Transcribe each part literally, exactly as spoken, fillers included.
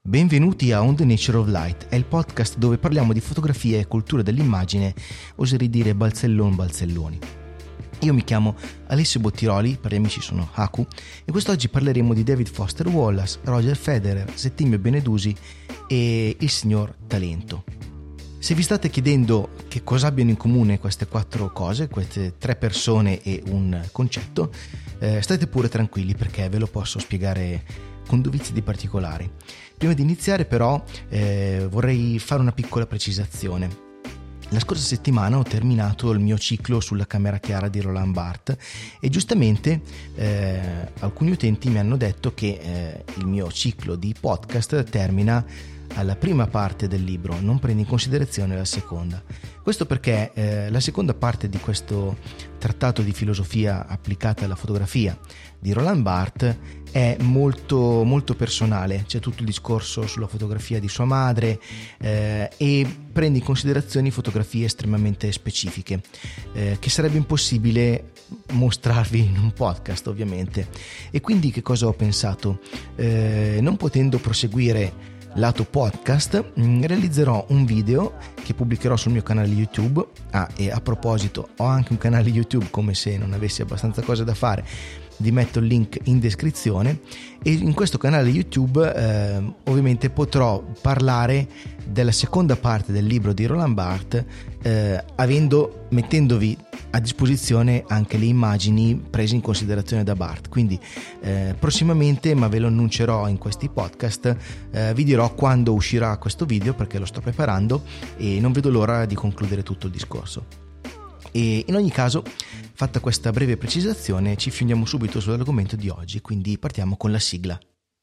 Benvenuti a On the Nature of Light, è il podcast dove parliamo di fotografia e cultura dell'immagine, oserei dire balzellon balzelloni. Io mi chiamo Alessio Bottiroli, per gli amici sono Haku, e quest'oggi parleremo di David Foster Wallace, Roger Federer, Settimio Benedusi e il signor Talento. Se vi state chiedendo che cosa abbiano in comune queste quattro cose, queste tre persone e un concetto, eh, state pure tranquilli perché ve lo posso spiegare con dovizie di particolari. Prima di iniziare però eh, vorrei fare una piccola precisazione. La scorsa settimana ho terminato il mio ciclo sulla camera chiara di Roland Barthes e giustamente eh, alcuni utenti mi hanno detto che eh, il mio ciclo di podcast termina alla prima parte del libro, non prende in considerazione la seconda. Questo perché eh, la seconda parte di questo trattato di filosofia applicata alla fotografia di Roland Barthes è molto molto personale, c'è tutto il discorso sulla fotografia di sua madre eh, e prende in considerazione fotografie estremamente specifiche eh, che sarebbe impossibile mostrarvi in un podcast ovviamente. E quindi che cosa ho pensato? Eh, non potendo proseguire lato podcast, realizzerò un video che pubblicherò sul mio canale YouTube. Ah, e a proposito, ho anche un canale YouTube, come se non avessi abbastanza cose da fare, vi metto il link in descrizione. E in questo canale YouTube eh, ovviamente potrò parlare della seconda parte del libro di Roland Barthes, eh, avendo mettendovi a disposizione anche le immagini prese in considerazione da Barthes. Quindi eh, prossimamente, ma ve lo annuncerò in questi podcast, eh, vi dirò quando uscirà questo video perché lo sto preparando e non vedo l'ora di concludere tutto il discorso. E in ogni caso, fatta questa breve precisazione, ci fiondiamo subito sull'argomento di oggi, quindi partiamo con la sigla.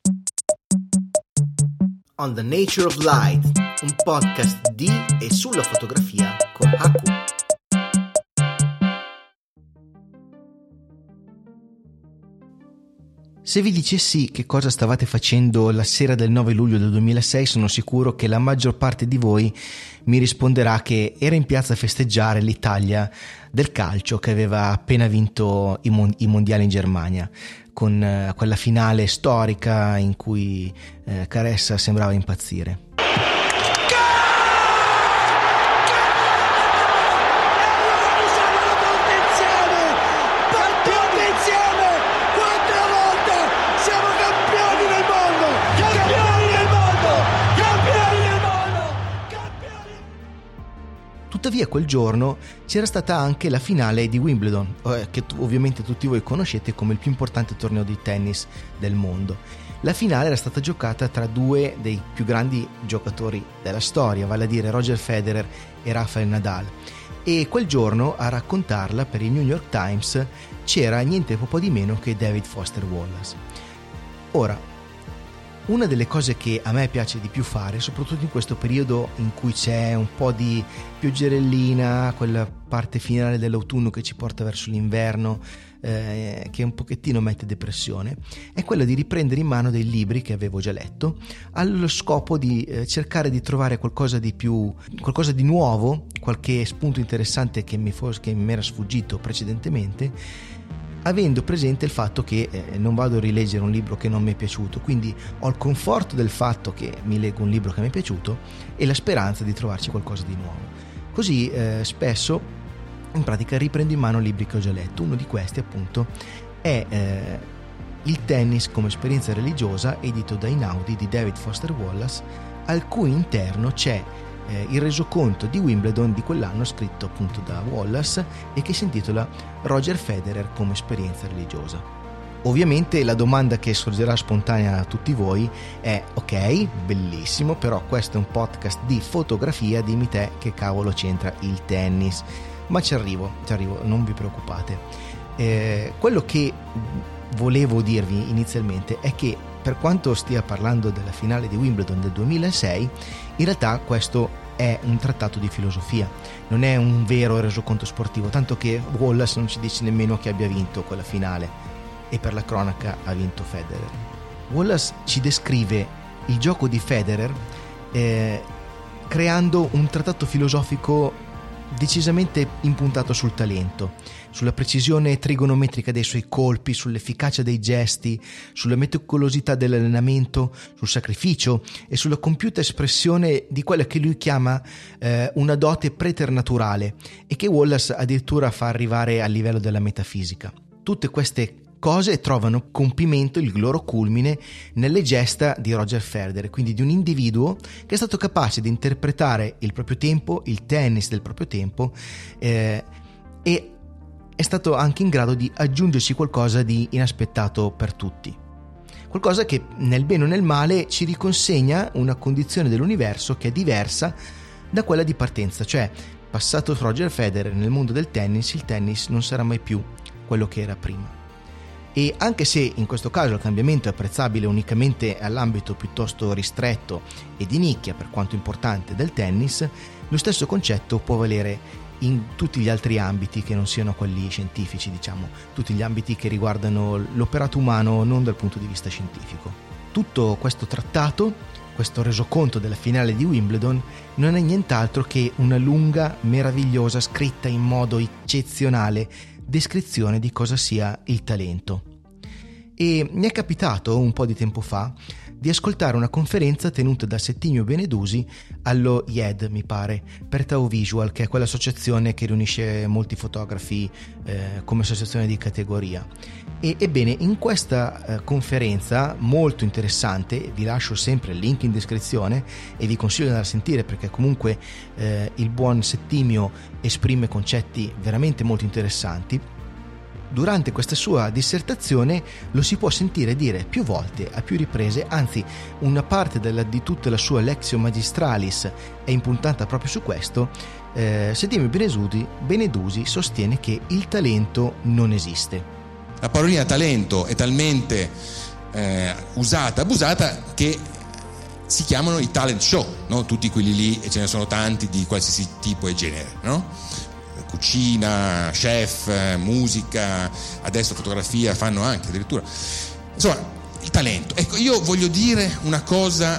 On the Nature of Light, un podcast di e sulla fotografia con Haku. Se vi dicessi che cosa stavate facendo la sera del nove luglio del duemilasei, sono sicuro che la maggior parte di voi mi risponderà che era in piazza a festeggiare l'Italia del calcio che aveva appena vinto i, mon- i mondiali in Germania, con uh, quella finale storica in cui uh, Caressa sembrava impazzire. Tuttavia quel giorno c'era stata anche la finale di Wimbledon, che ovviamente tutti voi conoscete come il più importante torneo di tennis del mondo. La finale era stata giocata tra due dei più grandi giocatori della storia, vale a dire Roger Federer e Rafael Nadal. E quel giorno a raccontarla per il New York Times c'era niente po' di meno che David Foster Wallace. Ora, una delle cose che a me piace di più fare, soprattutto in questo periodo in cui c'è un po' di pioggerellina, quella parte finale dell'autunno che ci porta verso l'inverno, eh, che un pochettino mette depressione, è quella di riprendere in mano dei libri che avevo già letto, allo scopo di eh, cercare di trovare qualcosa di più, qualcosa di nuovo, qualche spunto interessante che mi, fosse, che mi era sfuggito precedentemente, avendo presente il fatto che eh, non vado a rileggere un libro che non mi è piaciuto, quindi ho il conforto del fatto che mi leggo un libro che mi è piaciuto e la speranza di trovarci qualcosa di nuovo. Così eh, spesso in pratica riprendo in mano libri che ho già letto. Uno di questi appunto è eh, Il tennis come esperienza religiosa, edito da Einaudi di David Foster Wallace, al cui interno c'è Eh, il resoconto di Wimbledon di quell'anno scritto appunto da Wallace e che si intitola Roger Federer come esperienza religiosa. Ovviamente la domanda che sorgerà spontanea a tutti voi è: ok, bellissimo, però questo è un podcast di fotografia, dimmi te che cavolo c'entra il tennis. Ma ci arrivo, ci arrivo, non vi preoccupate. Eh, quello che volevo dirvi inizialmente è che per quanto stia parlando della finale di Wimbledon del duemilasei, in realtà questo è un trattato di filosofia, non è un vero resoconto sportivo, tanto che Wallace non ci dice nemmeno che abbia vinto quella finale e per la cronaca ha vinto Federer. Wallace ci descrive il gioco di Federer eh, creando un trattato filosofico decisamente impuntato sul talento, sulla precisione trigonometrica dei suoi colpi, sull'efficacia dei gesti, sulla meticolosità dell'allenamento, sul sacrificio e sulla compiuta espressione di quella che lui chiama eh, una dote preternaturale e che Wallace addirittura fa arrivare al livello della metafisica. Tutte queste cose trovano compimento, il loro culmine, nelle gesta di Roger Federer, quindi di un individuo che è stato capace di interpretare il proprio tempo, il tennis del proprio tempo, eh, e è stato anche in grado di aggiungerci qualcosa di inaspettato per tutti. Qualcosa che nel bene o nel male ci riconsegna una condizione dell'universo che è diversa da quella di partenza, cioè passato Roger Federer nel mondo del tennis, il tennis non sarà mai più quello che era prima. E anche se in questo caso il cambiamento è apprezzabile unicamente all'ambito piuttosto ristretto e di nicchia, per quanto importante, del tennis, lo stesso concetto può valere in tutti gli altri ambiti che non siano quelli scientifici, diciamo, tutti gli ambiti che riguardano l'operato umano non dal punto di vista scientifico. Tutto questo trattato, questo resoconto della finale di Wimbledon, non è nient'altro che una lunga, meravigliosa, scritta in modo eccezionale descrizione di cosa sia il talento. E mi è capitato un po' di tempo fa di ascoltare una conferenza tenuta da Settimio Benedusi allo I E D, mi pare, per Tau Visual, che è quell'associazione che riunisce molti fotografi eh, come associazione di categoria. E ebbene, in questa eh, conferenza molto interessante, vi lascio sempre il link in descrizione e vi consiglio di andare a sentire, perché comunque eh, il buon Settimio esprime concetti veramente molto interessanti. Durante questa sua dissertazione lo si può sentire dire più volte, a più riprese, anzi una parte della, di tutta la sua Lectio Magistralis è impuntata proprio su questo. eh, Settimio Benedusi, Benedusi sostiene che il talento non esiste. La parolina talento è talmente eh, usata, abusata, che si chiamano i talent show, no? Tutti quelli lì, e ce ne sono tanti di qualsiasi tipo e genere, no? Cucina, chef, musica, adesso fotografia fanno anche addirittura. Insomma, il talento. Ecco, io voglio dire una cosa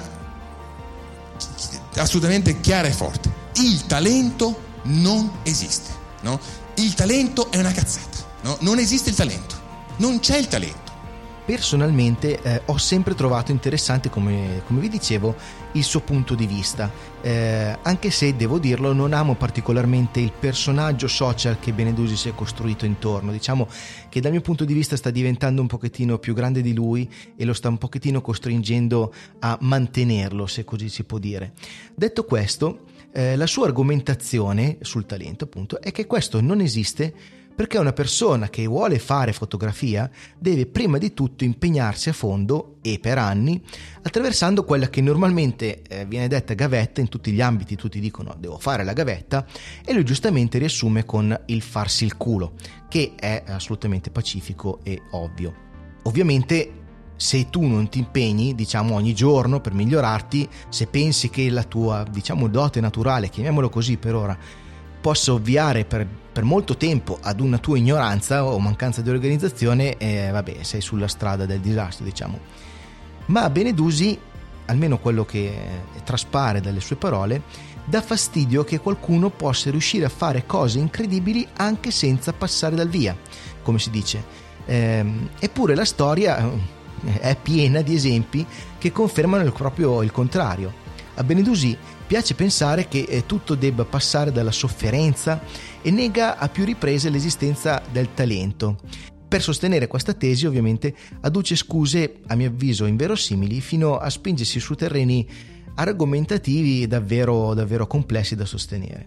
assolutamente chiara e forte: il talento non esiste, no? Il talento è una cazzata, no? Non esiste il talento, non c'è il talento. Personalmente eh, ho sempre trovato interessante, come, come vi dicevo, il suo punto di vista, eh, anche se, devo dirlo, non amo particolarmente il personaggio social che Benedusi si è costruito intorno. Diciamo che dal mio punto di vista sta diventando un pochettino più grande di lui e lo sta un pochettino costringendo a mantenerlo, se così si può dire. Detto questo, eh, la sua argomentazione sul talento, appunto, è che questo non esiste perché una persona che vuole fare fotografia deve prima di tutto impegnarsi a fondo e per anni, attraversando quella che normalmente eh, viene detta gavetta. In tutti gli ambiti tutti dicono devo fare la gavetta, e lui giustamente riassume con il farsi il culo, che è assolutamente pacifico e ovvio. Ovviamente, se tu non ti impegni, diciamo, ogni giorno per migliorarti, se pensi che la tua, diciamo, dote naturale, chiamiamolo così per ora, possa ovviare per, per molto tempo ad una tua ignoranza o mancanza di organizzazione, eh, vabbè, sei sulla strada del disastro, diciamo. Ma a Benedusi, almeno quello che traspare dalle sue parole, dà fastidio che qualcuno possa riuscire a fare cose incredibili anche senza passare dal via, come si dice. Eh, eppure la storia è piena di esempi che confermano il, proprio il contrario. A Benedusi piace pensare che eh, tutto debba passare dalla sofferenza e nega a più riprese l'esistenza del talento. Per sostenere questa tesi, ovviamente, adduce scuse, a mio avviso inverosimili, fino a spingersi su terreni argomentativi davvero, davvero complessi da sostenere.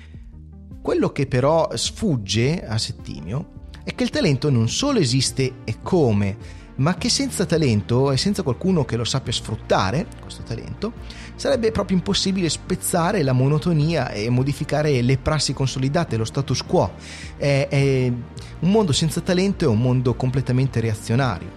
Quello che però sfugge a Settimio è che il talento non solo esiste e come, ma che senza talento e senza qualcuno che lo sappia sfruttare, questo talento, sarebbe proprio impossibile spezzare la monotonia e modificare le prassi consolidate, lo status quo. È, è un mondo senza talento è un mondo completamente reazionario.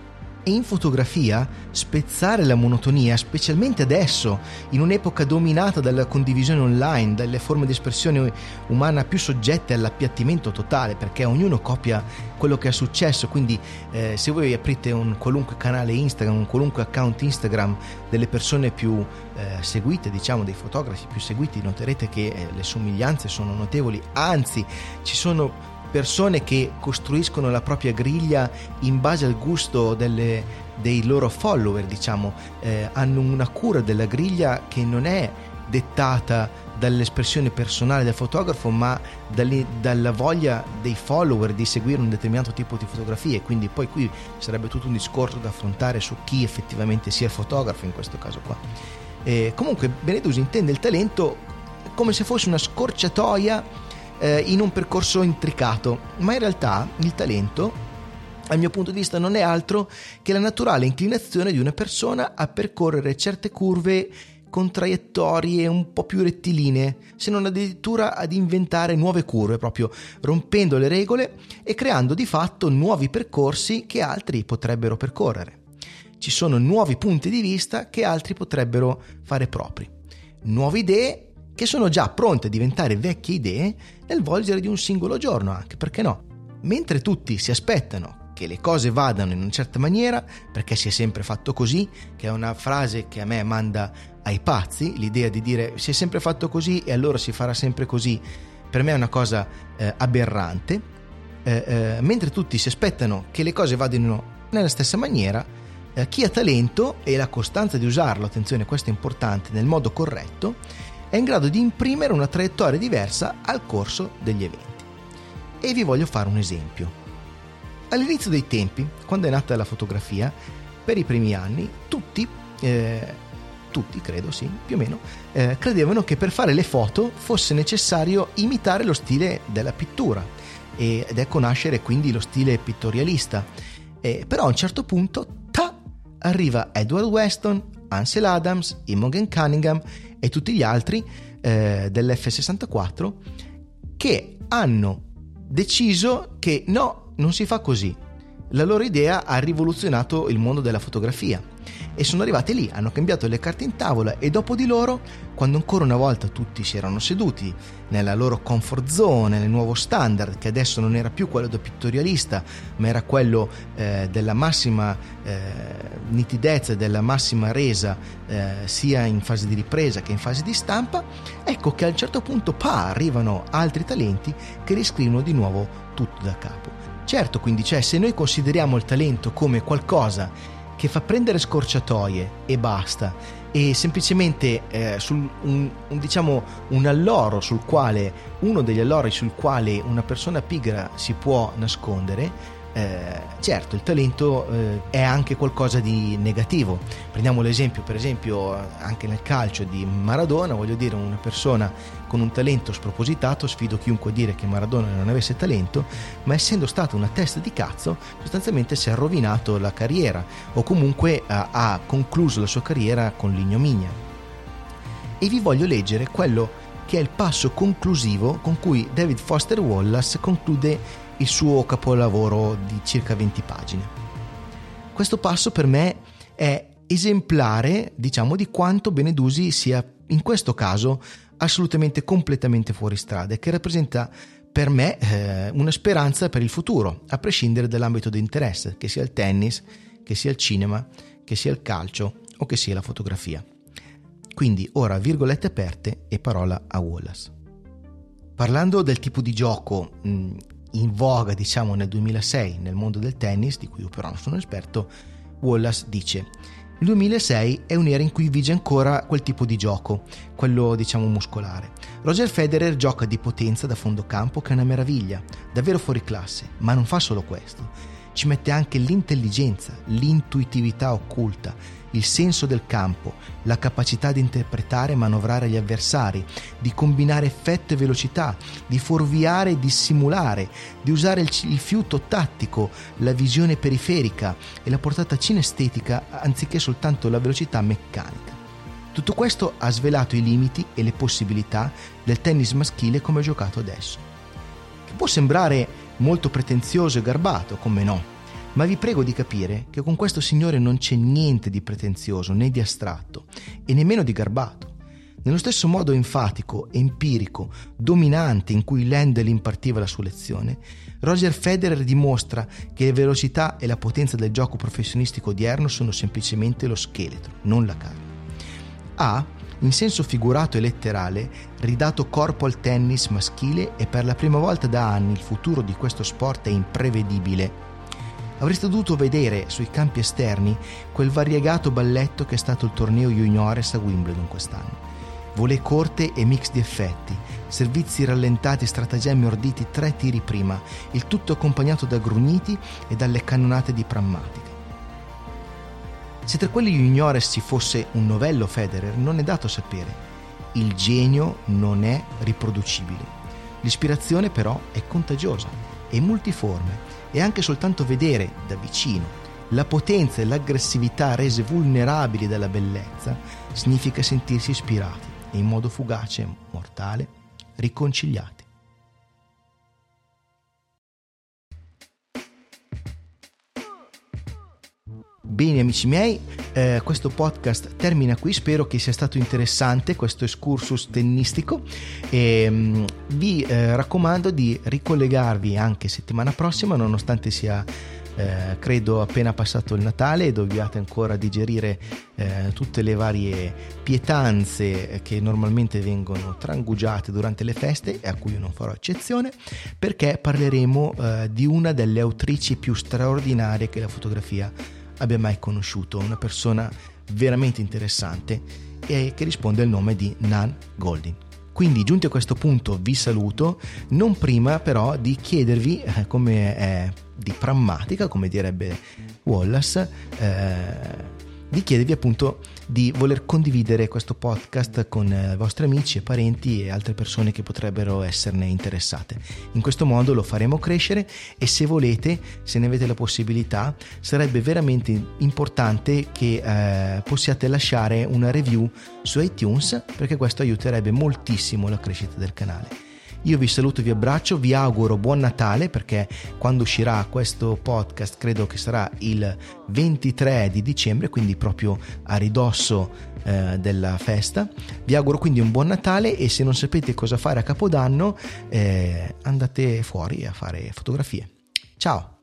E in fotografia spezzare la monotonia, specialmente adesso, in un'epoca dominata dalla condivisione online, dalle forme di espressione umana più soggette all'appiattimento totale, perché ognuno copia quello che è successo. Quindi eh, se voi aprite un qualunque canale Instagram, un qualunque account Instagram delle persone più eh, seguite, diciamo dei fotografi più seguiti, noterete che eh, le somiglianze sono notevoli, anzi ci sono persone che costruiscono la propria griglia in base al gusto delle, dei loro follower, diciamo, eh, hanno una cura della griglia che non è dettata dall'espressione personale del fotografo, ma dalle, dalla voglia dei follower di seguire un determinato tipo di fotografie. Quindi poi qui sarebbe tutto un discorso da affrontare su chi effettivamente sia il fotografo in questo caso qua. Eh, comunque Benedusi intende il talento come se fosse una scorciatoia in un percorso intricato, ma in realtà il talento, dal mio punto di vista, non è altro che la naturale inclinazione di una persona a percorrere certe curve con traiettorie un po' più rettilinee, se non addirittura ad inventare nuove curve, proprio rompendo le regole e creando di fatto nuovi percorsi che altri potrebbero percorrere. Ci sono nuovi punti di vista che altri potrebbero fare propri, nuove idee che sono già pronte a diventare vecchie idee nel volgere di un singolo giorno, anche perché no. Mentre tutti si aspettano che le cose vadano in una certa maniera, perché si è sempre fatto così, che è una frase che a me manda ai pazzi, l'idea di dire si è sempre fatto così e allora si farà sempre così, per me è una cosa eh, aberrante. Eh, eh, mentre tutti si aspettano che le cose vadano nella stessa maniera, eh, chi ha talento e la costanza di usarlo, attenzione, questo è importante, nel modo corretto, è in grado di imprimere una traiettoria diversa al corso degli eventi. E vi voglio fare un esempio. All'inizio dei tempi, quando è nata la fotografia, per i primi anni, tutti, eh, tutti credo, sì, più o meno, eh, credevano che per fare le foto fosse necessario imitare lo stile della pittura, ed ecco nascere quindi lo stile pittorialista. Eh, però a un certo punto, ta, arriva Edward Weston, Ansel Adams, Imogen Cunningham e tutti gli altri eh, dell'F sessantaquattro che hanno deciso che no, non si fa così. La loro idea ha rivoluzionato il mondo della fotografia e sono arrivati lì, hanno cambiato le carte in tavola e dopo di loro, quando ancora una volta tutti si erano seduti nella loro comfort zone, nel nuovo standard che adesso non era più quello da pittorialista ma era quello eh, della massima eh, nitidezza e della massima resa eh, sia in fase di ripresa che in fase di stampa, ecco che a un certo punto pa, arrivano altri talenti che riscrivono di nuovo tutto da capo. Certo, quindi cioè, se noi consideriamo il talento come qualcosa che fa prendere scorciatoie e basta, e semplicemente eh, sul, un, un, diciamo un alloro sul quale, uno degli allori sul quale una persona pigra si può nascondere, eh, certo il talento eh, è anche qualcosa di negativo. Prendiamo l'esempio per esempio anche nel calcio di Maradona, voglio dire, una persona con un talento spropositato, sfido chiunque a dire che Maradona non avesse talento, ma essendo stato una testa di cazzo sostanzialmente si è rovinato la carriera o comunque ha, ha concluso la sua carriera con l'ignominia. E vi voglio leggere quello che è il passo conclusivo con cui David Foster Wallace conclude il suo capolavoro di circa venti pagine. Questo passo per me è esemplare, diciamo, di quanto Benedusi sia in questo caso assolutamente completamente fuori strada e che rappresenta per me eh, una speranza per il futuro, a prescindere dall'ambito di interesse, che sia il tennis, che sia il cinema, che sia il calcio o che sia la fotografia. Quindi ora virgolette aperte e parola a Wallace. Parlando del tipo di gioco mh, in voga, diciamo, nel duemilasei nel mondo del tennis, di cui io però non sono esperto, Wallace dice: il duemilasei è un'era in cui vige ancora quel tipo di gioco, quello diciamo muscolare. Roger Federer gioca di potenza da fondo campo che è una meraviglia, davvero fuori classe, ma non fa solo questo. Ci mette anche l'intelligenza, l'intuitività occulta, il senso del campo, la capacità di interpretare e manovrare gli avversari, di combinare effetto e velocità, di fuorviare e dissimulare, di usare il, il fiuto tattico, la visione periferica e la portata cinestetica anziché soltanto la velocità meccanica. Tutto questo ha svelato i limiti e le possibilità del tennis maschile come è giocato adesso, che può sembrare molto pretenzioso e garbato, come no, Ma vi prego di capire che con questo signore non c'è niente di pretenzioso né di astratto e nemmeno di garbato. Nello stesso modo enfatico, empirico, dominante in cui Lendl impartiva la sua lezione, Roger Federer dimostra che la velocità e la potenza del gioco professionistico odierno sono semplicemente lo scheletro, non la carne. Ha, in senso figurato e letterale, ridato corpo al tennis maschile e per la prima volta da anni il futuro di questo sport è imprevedibile. Avreste dovuto vedere sui campi esterni quel variegato balletto che è stato il torneo juniores a Wimbledon quest'anno. Volée corte e mix di effetti, servizi rallentati e stratagemmi orditi tre tiri prima, il tutto accompagnato da grugniti e dalle cannonate di prammatica. Se tra quelli juniores ci fosse un novello Federer, non è dato sapere. Il genio non è riproducibile. L'ispirazione però è contagiosa e multiforme e anche soltanto vedere da vicino la potenza e l'aggressività rese vulnerabili dalla bellezza significa sentirsi ispirati e in modo fugace, mortale, riconciliati. Bene amici miei, eh, questo podcast termina qui, spero che sia stato interessante questo excursus tennistico e mh, vi eh, raccomando di ricollegarvi anche settimana prossima, nonostante sia eh, credo appena passato il Natale e dobbiate ancora digerire eh, tutte le varie pietanze che normalmente vengono trangugiate durante le feste e a cui io non farò eccezione, perché parleremo eh, di una delle autrici più straordinarie che la fotografia abbia mai conosciuto, una persona veramente interessante e che risponde al nome di Nan Goldin. Quindi giunti a questo punto vi saluto, non prima però di chiedervi eh, come è di prammatica, come direbbe Wallace, eh, di chiedervi appunto di voler condividere questo podcast con eh, vostri amici e parenti e altre persone che potrebbero esserne interessate. In questo modo lo faremo crescere e se volete, se ne avete la possibilità, sarebbe veramente importante che eh, possiate lasciare una review su iTunes, perché questo aiuterebbe moltissimo la crescita del canale. Io vi saluto, vi abbraccio, vi auguro buon Natale, perché quando uscirà questo podcast credo che sarà il ventitré di dicembre, quindi proprio a ridosso eh, della festa. Vi auguro quindi un buon Natale e se non sapete cosa fare a Capodanno eh, andate fuori a fare fotografie. Ciao!